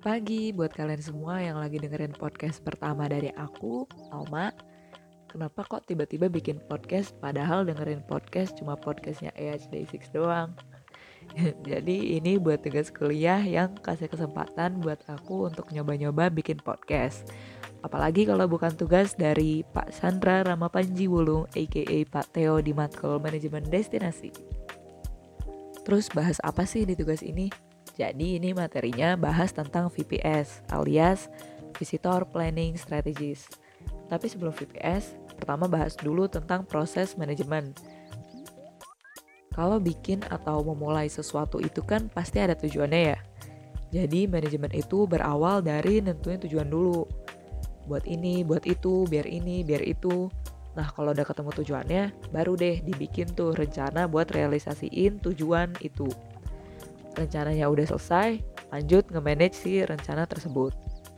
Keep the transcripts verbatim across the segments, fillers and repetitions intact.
Pagi buat kalian semua yang lagi dengerin podcast pertama dari aku, Alma. Kenapa kok tiba-tiba bikin podcast padahal dengerin podcast cuma podcastnya A H D enam doang? Jadi ini buat tugas kuliah yang kasih kesempatan buat aku untuk nyoba-nyoba bikin podcast. Apalagi kalau bukan tugas dari Pak Sandra Ramapanji Wulung aka Pak Theo di matkul manajemen destinasi. Terus bahas apa sih di tugas ini? Jadi ini materinya bahas tentang V P S alias Visitor Planning Strategies. Tapi sebelum V P S, pertama bahas dulu tentang proses manajemen. Kalau bikin atau memulai sesuatu itu kan pasti ada tujuannya ya. Jadi manajemen itu berawal dari nentuin tujuan dulu. Buat ini, buat itu, biar ini, biar itu. Nah kalau udah ketemu tujuannya, baru deh dibikin tuh rencana buat realisasiin tujuan itu. Rencananya udah selesai, lanjut nge-manage si rencana tersebut.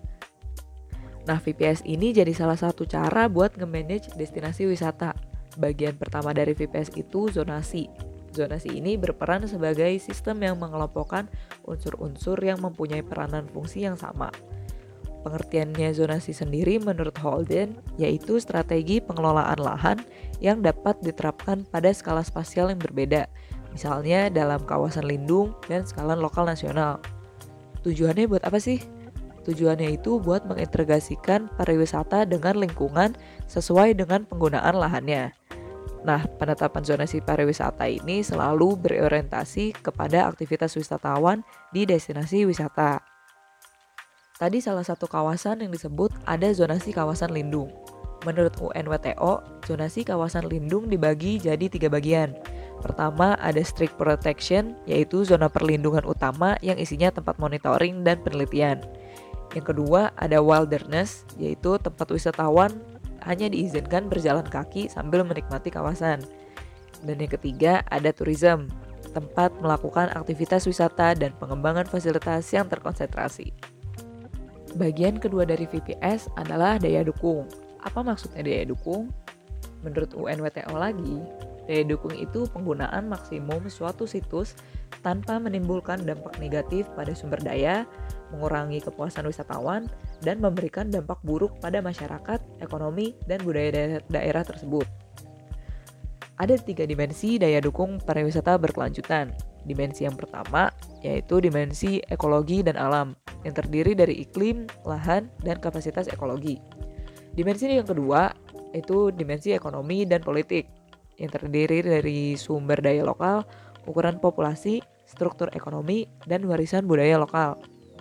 Nah V P S ini jadi salah satu cara buat nge-manage destinasi wisata. Bagian pertama dari V P S itu zonasi. Zonasi ini berperan sebagai sistem yang mengelompokkan unsur-unsur yang mempunyai peranan fungsi yang sama. Pengertiannya zonasi sendiri menurut Holden yaitu strategi pengelolaan lahan yang dapat diterapkan pada skala spasial yang berbeda, misalnya dalam kawasan lindung dan skala lokal nasional. Tujuannya buat apa sih? Tujuannya itu buat mengintegrasikan pariwisata dengan lingkungan sesuai dengan penggunaan lahannya. Nah, penetapan zonasi pariwisata ini selalu berorientasi kepada aktivitas wisatawan di destinasi wisata. Tadi salah satu kawasan yang disebut ada zonasi kawasan lindung. Menurut U N W T O, zonasi kawasan lindung dibagi jadi tiga bagian. Pertama ada strict protection, yaitu zona perlindungan utama yang isinya tempat monitoring dan penelitian. Yang kedua ada wilderness, yaitu tempat wisatawan hanya diizinkan berjalan kaki sambil menikmati kawasan. Dan yang ketiga ada tourism, tempat melakukan aktivitas wisata dan pengembangan fasilitas yang terkonsentrasi. Bagian kedua dari V P S adalah daya dukung. Apa maksudnya daya dukung? Menurut U N W T O lagi, daya dukung itu penggunaan maksimum suatu situs tanpa menimbulkan dampak negatif pada sumber daya, mengurangi kepuasan wisatawan, dan memberikan dampak buruk pada masyarakat, ekonomi, dan budaya daerah tersebut. Ada tiga dimensi daya dukung pariwisata berkelanjutan. Dimensi yang pertama yaitu dimensi ekologi dan alam, yang terdiri dari iklim, lahan, dan kapasitas ekologi. Dimensi yang kedua yaitu dimensi ekonomi dan politik, yang terdiri dari sumber daya lokal, ukuran populasi, struktur ekonomi, dan warisan budaya lokal.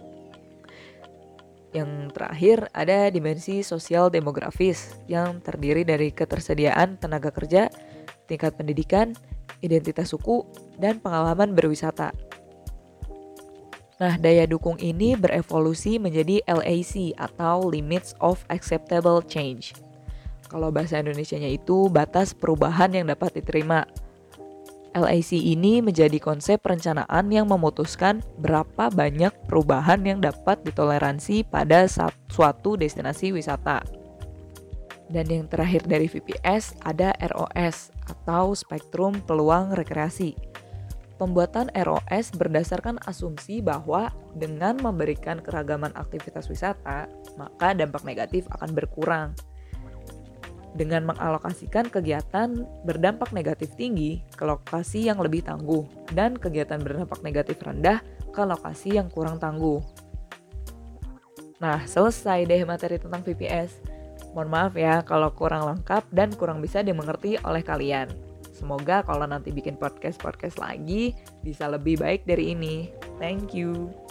Yang terakhir ada dimensi sosial demografis, yang terdiri dari ketersediaan tenaga kerja, tingkat pendidikan, identitas suku, dan pengalaman berwisata. Nah, daya dukung ini berevolusi menjadi L A C atau Limits of Acceptable Change. Kalau bahasa Indonesianya itu batas perubahan yang dapat diterima. L A C ini menjadi konsep perencanaan yang memutuskan berapa banyak perubahan yang dapat ditoleransi pada suatu destinasi wisata. Dan yang terakhir dari V P S ada R O S atau Spektrum Peluang Rekreasi. Pembuatan R O S berdasarkan asumsi bahwa dengan memberikan keragaman aktivitas wisata, maka dampak negatif akan berkurang. Dengan mengalokasikan kegiatan berdampak negatif tinggi ke lokasi yang lebih tangguh dan kegiatan berdampak negatif rendah ke lokasi yang kurang tangguh. Nah, selesai deh materi tentang V P S. Mohon maaf ya kalau kurang lengkap dan kurang bisa dimengerti oleh kalian. Semoga kalau nanti bikin podcast-podcast lagi bisa lebih baik dari ini. Thank you.